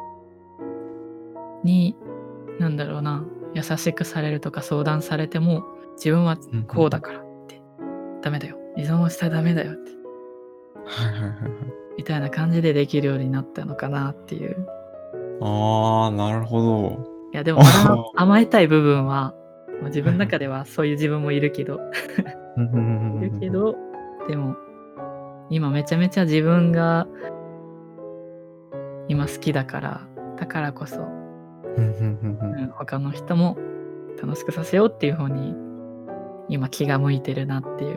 に、なんだろうな、優しくされるとか相談されても、自分はうんうんうん。 こうだからって、ダメだよ、依存をしたらダメだよって、 はいはいはいはい。 みたいな感じでできるようになったのかなっていう。 ああ、なるほど。 いや、でもまだああ。 甘えたい部分は、ま、自分はいはい。 の中ではそういう自分もいるけどうんふんふんふんいふんふんふん。 るけど、でも、今めちゃめちゃ自分が今好きだから、だからこそ、 ふんふんふんふん。 うん、他の人も楽しくさせようっていう方に、今気が向いてるなっていう。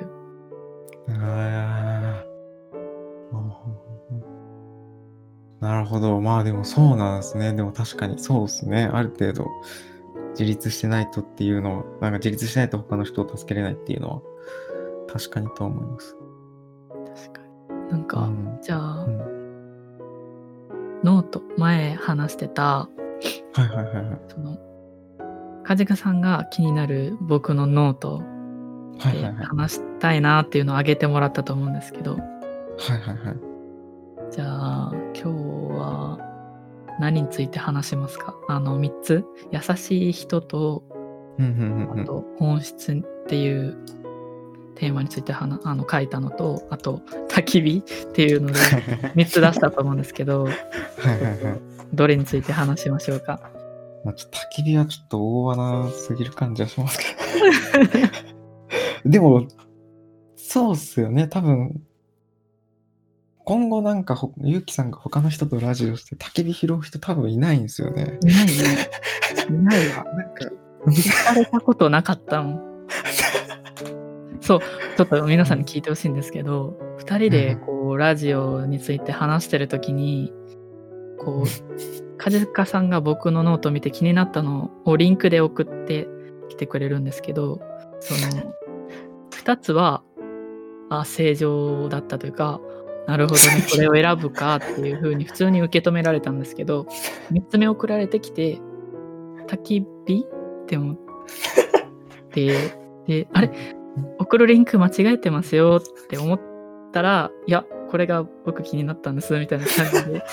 ああ。ほうほうほうほう。なるほど。まあ、でもそうなんすね。でも確かにそうっすね。ある程度自立してないとっていうのは、なんか自立しないと他の人を助けれないっていうのは、確かにとは思います。 確かに。なんか、 うん。 じゃあ、 うん。 ノート、前話してた、 はいはいはいはい。 その、カジカさんが気になる僕のノートではいはいはい。 話したいなっていうのを挙げてもらったと思うんですけど、 はいはいはい。 じゃあ、今日は何について話しますか？あのみっつ、優しい人と、 ふんふんふんふん。 あと本質っていうテーマについてはなあの書いたのと、あと焚き火っていうのでみっつ出したと思うんですけど、 はいはいはい。 どれについて話しましょうか？ まあ、ちょっと焚き火はちょっと大穴すぎる感じはしますけど。でも、そうっすよね。多分、今後なんかほ、ゆうきさんが他の人とラジオして焚き火拾う人多分いないんですよね。 いないね。いないわ。 なんか、 聞かれたことなかったもん。そう、ちょっと皆さんに聞いてほしいんですけど、ふたりでこうラジオについて話してる時に、こう梶塚さんが僕のノートを見て気になったのをリンクで送ってきてくれるんですけど、そのふたつはあ正常だったというか、なるほどね、これを選ぶかっていう風に普通に受け止められたんですけど、みっつめ送られてきて、焚き火って思ってで、あれ送るリンク間違えてますよって思ったら、いやこれが僕気になったんですみたいな感じで。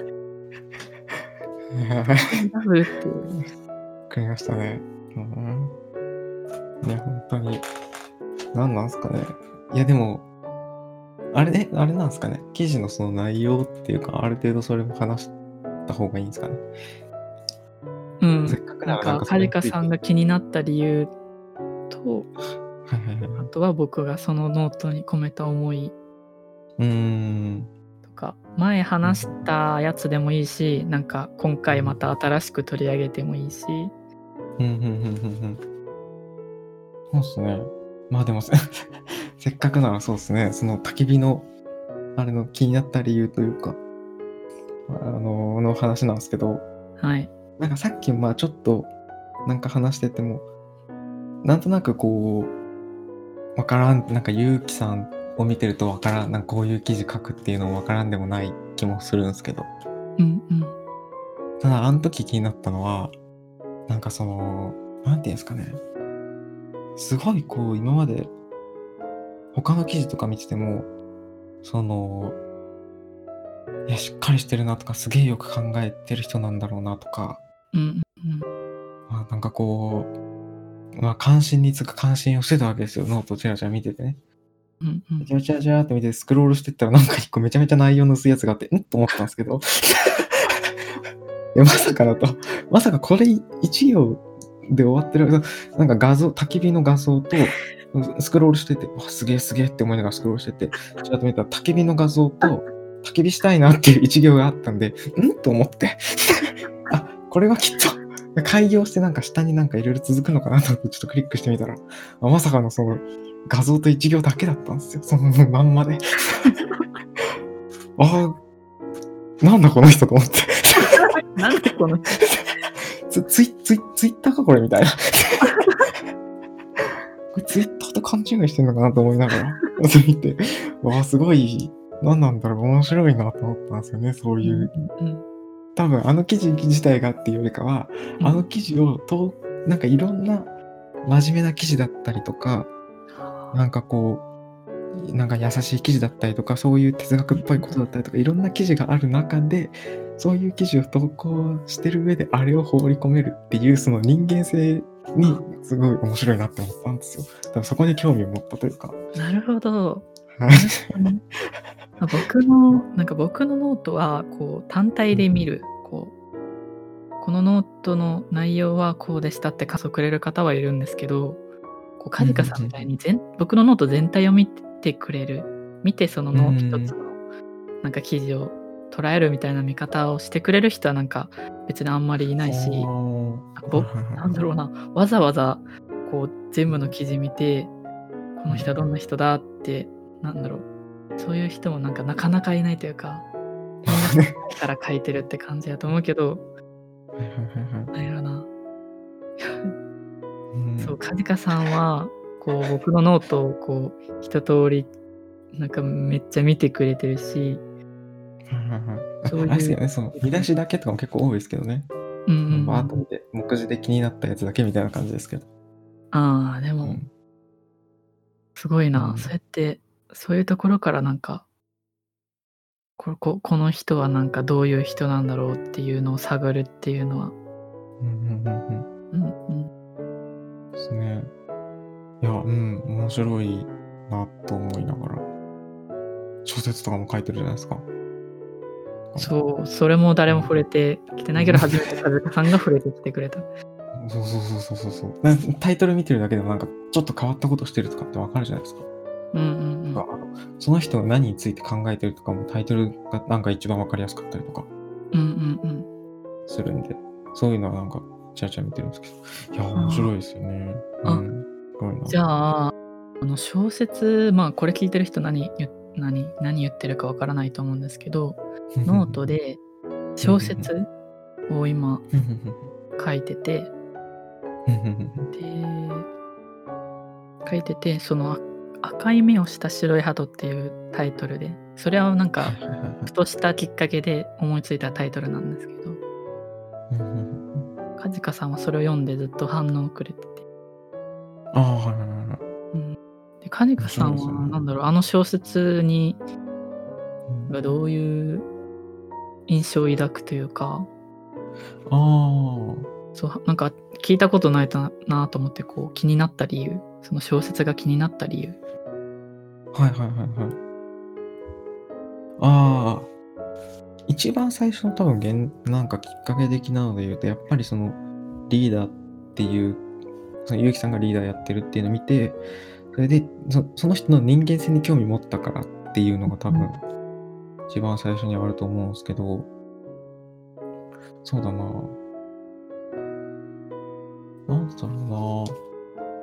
ラブってわかりましたね。うん。ね、本当に。何なんすかね。いや、でも、あれね、あれなんですかね。記事のその内容っていうか、ある程度それも話した方がいいんですかね。 うんせっかくななんらなんか梶川かそれについて。 さんが気になった理由と、 はいはいはいはあい。 とは僕がそのノートに込めた思いうーん。 とか、前話したやつでもいいし、なんか今回また新しく取り上げてもいいし。 うんうんうんうんうん。そうっすね。まあでもせせっかくならそうっすね。その焚き火のあれの気になった理由というか、あのの話なんですけど、 はい。 なんかさっきまあちょっとなんか話してても、なんとなくこうわからん、なんかゆうきさんを見てるとわからん、なんかこういう記事書くっていうのもわからんでもない気もするんですけど、 うんうん。 ただあの時気になったのは、なんかそのなんていうんですかね、すごいこう今まで他の記事とか見てても、そのいやしっかりしてるなとか、すげえよく考えてる人なんだろうなとか、 うんうんうん。 まあ、なんかこう、まあ関心につく関心をしてたわけですよ。ノートをチラチラ見ててね。 うんうん。 チラチラチラって見てスクロールしてったらなんか一個めちゃめちゃ内容の薄いやつがあって、んと思ったんですけど、いやまさかだと、まさかこれ一行で終わってる、なんか画像、焚き火の画像と、スクロールしてて、わ、すげえすげえって思いながらスクロールしてて、ちらっと見たら焚き火の画像と、焚き火したいなっていう一行があったんで、んと思って、あ、これはきっと、開業してなんか下になんかいろいろ続くのかなと思ってちょっとクリックしてみたら、あまさかのその画像と一行だけだったんですよ。そのまんまで。ああ、なんだこの人と思って。 なんでこのツツイツイツイッターかこれみたいな。これツイッターと勘違いしてんのかなと思いながら見て、わあすごい、何なんだろう、面白いなと思ったんですよね。そういう、 うんうん多分あの記事自体がっていうよりかは、 うん。 あの記事をとなんかいろんな真面目な記事だったりとか、なんかこうなんか優しい記事だったりとか、そういう哲学っぽいことだったりとか、いろんな記事がある中で、そういう記事を投稿してる上であれを放り込めるっていうその人間性にすごい面白いなって思ったんですよ。多分そこに興味を持ったというか。 なるほど。 はい。 あ僕のなんか僕のノートはこう単体で見る、こうこのノートの内容はこうでしたって感想くれる方はいるんですけど、こう梶川さんみたいに全僕のノート全体を見てくれる、見てそのノート一つのなんか記事を捉えるみたいな見方をしてくれる人はなんか別にあんまりいないし、僕なんだろうな、わざわざこう全部の記事見てこの人はどんな人だってなんだろう、そういう人もなんかなかなかいないというか、みんなから書いてるって感じだと思うけど、なんやろな。そう、梶川さんはこう僕のノートをこう一通りなんかめっちゃ見てくれてるし、 そういうあれですよね、その見出しだけとかも結構多いですけどね。 うんうんうん、 バーッと見て目次で気になったやつだけみたいな感じですけど。 ああでも、うん、すごいな、うん、そうやってそういうところからなんかこここの人はなんかどういう人なんだろうっていうのを探るっていうのは、 うんうんうんうんうんうんですね。いや、うん、面白いなと思いながら。小説とかも書いてるじゃないですか。 か。 そう、それも誰もうん。 触れてきてないけど、初めて和香さんが触れてきてくれた。 そうそうそうそうそうそう。なんタイトル見てるだけでもなんかちょっと変わったことしてるとかってわかるじゃないですか。 うんうんうん。 あの、その人が何について考えてるとかもタイトルがなんか一番わかりやすかったりとかうんうんうん。 するんで、そういうのはなんかちらちら見てるんですけど、いや、面あ白いですよね。うあ。あ、 ん、すごいな。 じゃあ、あの小説、まあ、これ聞いてる人何ゆ何何言ってるかわからないと思うんですけど、 ふんふんふん。 ノートでふんふんふん。 小説を今ふんふんふん。 書いてて、 ふんふんふんふん。 で、書いてて、その、あ赤い目をした白い鳩っていうタイトルで、それはなんか、 はいはいはいはい。 ふとしたきっかけで思いついたタイトルなんですけど、 ふんふんふんふん。 カジカさんはそれを読んでずっと反応をくれてて。 ああ、はいはいはいはい。 うん。で、カジカ面さん白いですよね。 はなんだろう、あの小説にうん。 がどういう印象を抱くというか、 ああ。 そう、なんか聞いたことないたなと思ってこう気になった理由、その小説が気になった理由。 はいはいはいはい。ああ、一番最初の多分げんなんかきっかけ的なので言うと、やっぱりそのリーダーっていう、その結城さんがリーダーやってるっていうのを見て、それで、そその人の人間性に興味持ったからっていうのが多うん。 分一番最初にあると思うんすけど、そうだな。なんだろうな。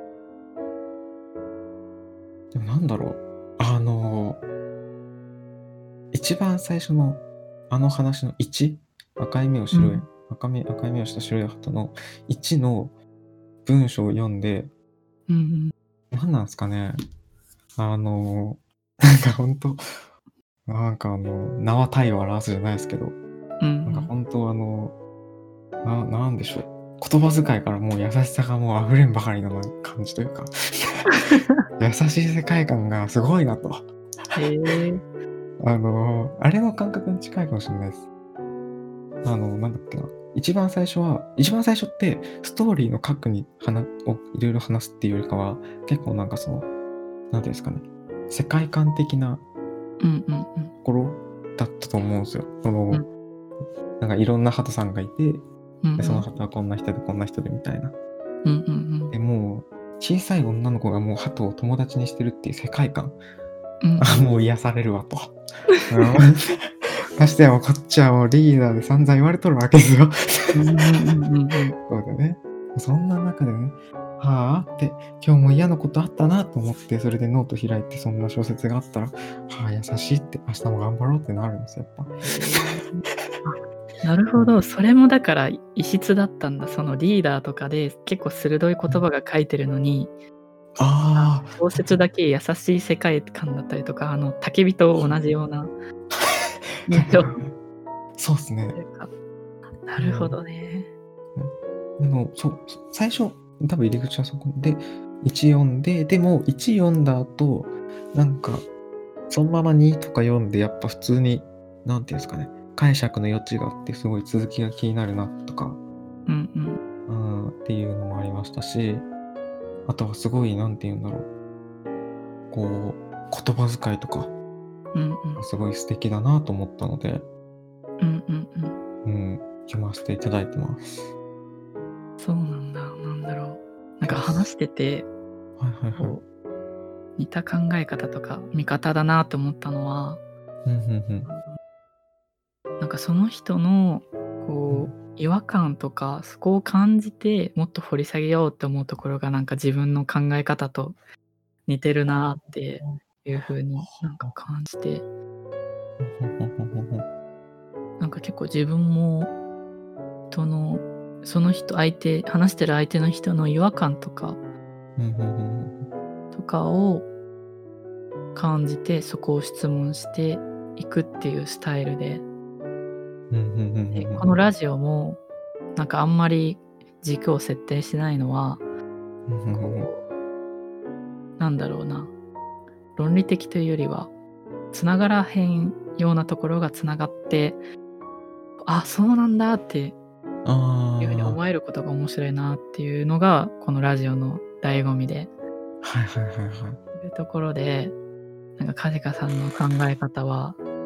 でもなんだろう。あの、一番最初のあの話のいち、赤い目を白いうん。 赤目赤い目をした白い鳩のいちの文章を読んで、 うんうん。 なんなんすかね、あの、なんかほんと、なんかあの、名は体を表すじゃないすけど、 うんうなんかん。 ほんとあの、ななんでしょう、言葉遣いからもう優しさがもう溢れんばかりのなん感じというか、優しい世界観がすごいなと。 へえ。 あの、あれの感覚に近いかもしんないす。あの、なんだっけな、一番最初は一番最初ってストーリーの核にはなを色々話すっていうよりかは、結構なんかその、なんていうんすかね、世界観的なうんうんうん。 ところだったと思うんすよ。その、 うん。 なんかいろんな鳩さんがいて、で、そのうんうん。 鳩はこんな人でこんな人でみたいな。 うんうんうん。 で、もう、小さい女の子がもう鳩を友達にしてるっていう世界観、あ、 うんうん。 もう癒されるわと。うん。ましてやもうこっちはもうリーダーで散々言われとるわけですよ。 うんうんうんうんうん。 そうだね。そんな中でね、はあって、今日も嫌なことあったなと思って、それでノート開いてそんな小説があったら、はあ、優しいって、明日も頑張ろうってなるんですよ、やっぱ。 へえ。あ、なるうん。 ほど、それもだから異質だったんだ。そのリーダーとかで結構鋭いうん。 言葉が書いてるのに、あ、 あ小あ、なるほど。 説だけ優しい世界観だったりとか、あの焚き火と同じような印象はいはいはいはい。そうっすね。 というか、なるほうん。 どね。 うん。でも、そう、そ最初、多分入り口はそこで、いち読んで、でもいち読んだ後、なんか、そのままにとか読んで、やっぱ普通に、なんていうんすかね、解釈の余地があって、すごい続きが気になるなとか、 うんうん。 うーん、っていうのもありましたし、あとはすごい、なんて言うんだろう、こう、言葉遣いとかうんうん。 がすごい素敵だなと思ったので、 うんうんうん。 うん、読ませていただいてます。 そうなんだ。なんだろう。なんかです。 話してて、 はいはいはい。 こう、似た考え方とか見方だなって思ったのは、 うん、ふんふん。 なんかその人のうん。 こう違和感とか、そこを感じてもっと掘り下げようって思うところがなんか自分の考え方と似てるあなっあ。 ていう風になんかは感じて、 あ。ほほほほほほ。 なんか結構自分もそのその人相手話してる相手の人の違和感とかうん、ふんふんふんふん。 とかを感じて、そこを質問していくっていうスタイルで、 うん、ふんふんふんで、 ふんふん。 このラジオもなんかあんまり軸を設定してないのは、 うん、ふんふんふん。 こう、なんだろうな、論理的というよりは、繋がらへんようなところが繋がって、あ、そうなんだっていう風にああ。 思えることが面白いなっていうのが、このラジオの醍醐味で、 はいはいはいはい。 いうところで、なんかカジカさんの考え方は、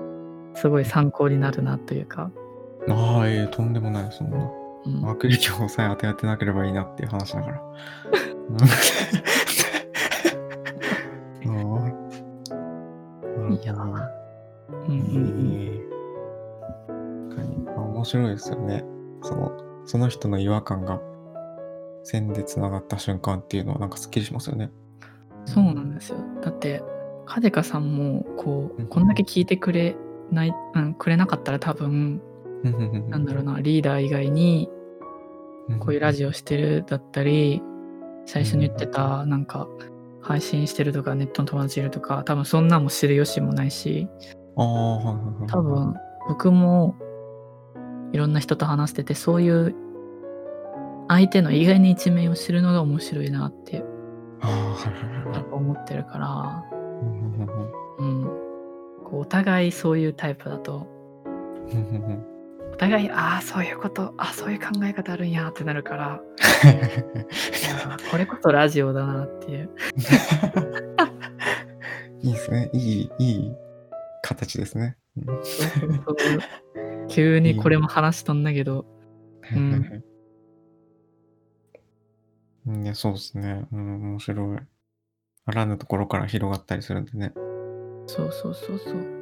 すごい参考になるなというか。 ああ、ええ、とんでもない、そんな。 うん。 悪影響さえ与えてなければいいなっていう話だから。うん。ああ。なるいや、 ほど。 うんうんうん。 ええ。確かに。あ、面白いですよね。そのその人の違和感が線で繋がった瞬間っていうのはなんかすっきりしますよね。 そうなんですよ。だって、カデカさんもこう、 うん、 こんだけ聞いてくれないうん、くれなかったら多分、 ふんふんふんふん。 なんだろうな、リーダー以外に、 うん、 こういうラジオしてるだったり、最初に言ってうんたなんか、配信してるとか、ネットの友達いるとか、多分そんなんも知る由もないし、 ああ、はいはいはいはいはい。 多分僕もいろんな人と話してて、そういう相手の意外な一面を知るのが面白いなってああ、はいはいはいはい。 やっぱ思ってるから、 ふんふんふんふん。 うん。こうお互いそういうタイプだと、 ふんふんふん。 お互い、ああ、そういうこと、あ、そういう考え方あるんやってなるから、いや、これこそラジオだなっていう。 いいですね。いいいい形ですね。うん。 そうそうそう。急にいい。 これも話飛んだけど、うん、 うん、いや、そうですね。うん、面白い。あらぬところから広がったりするんでね。 そうそうそうそう。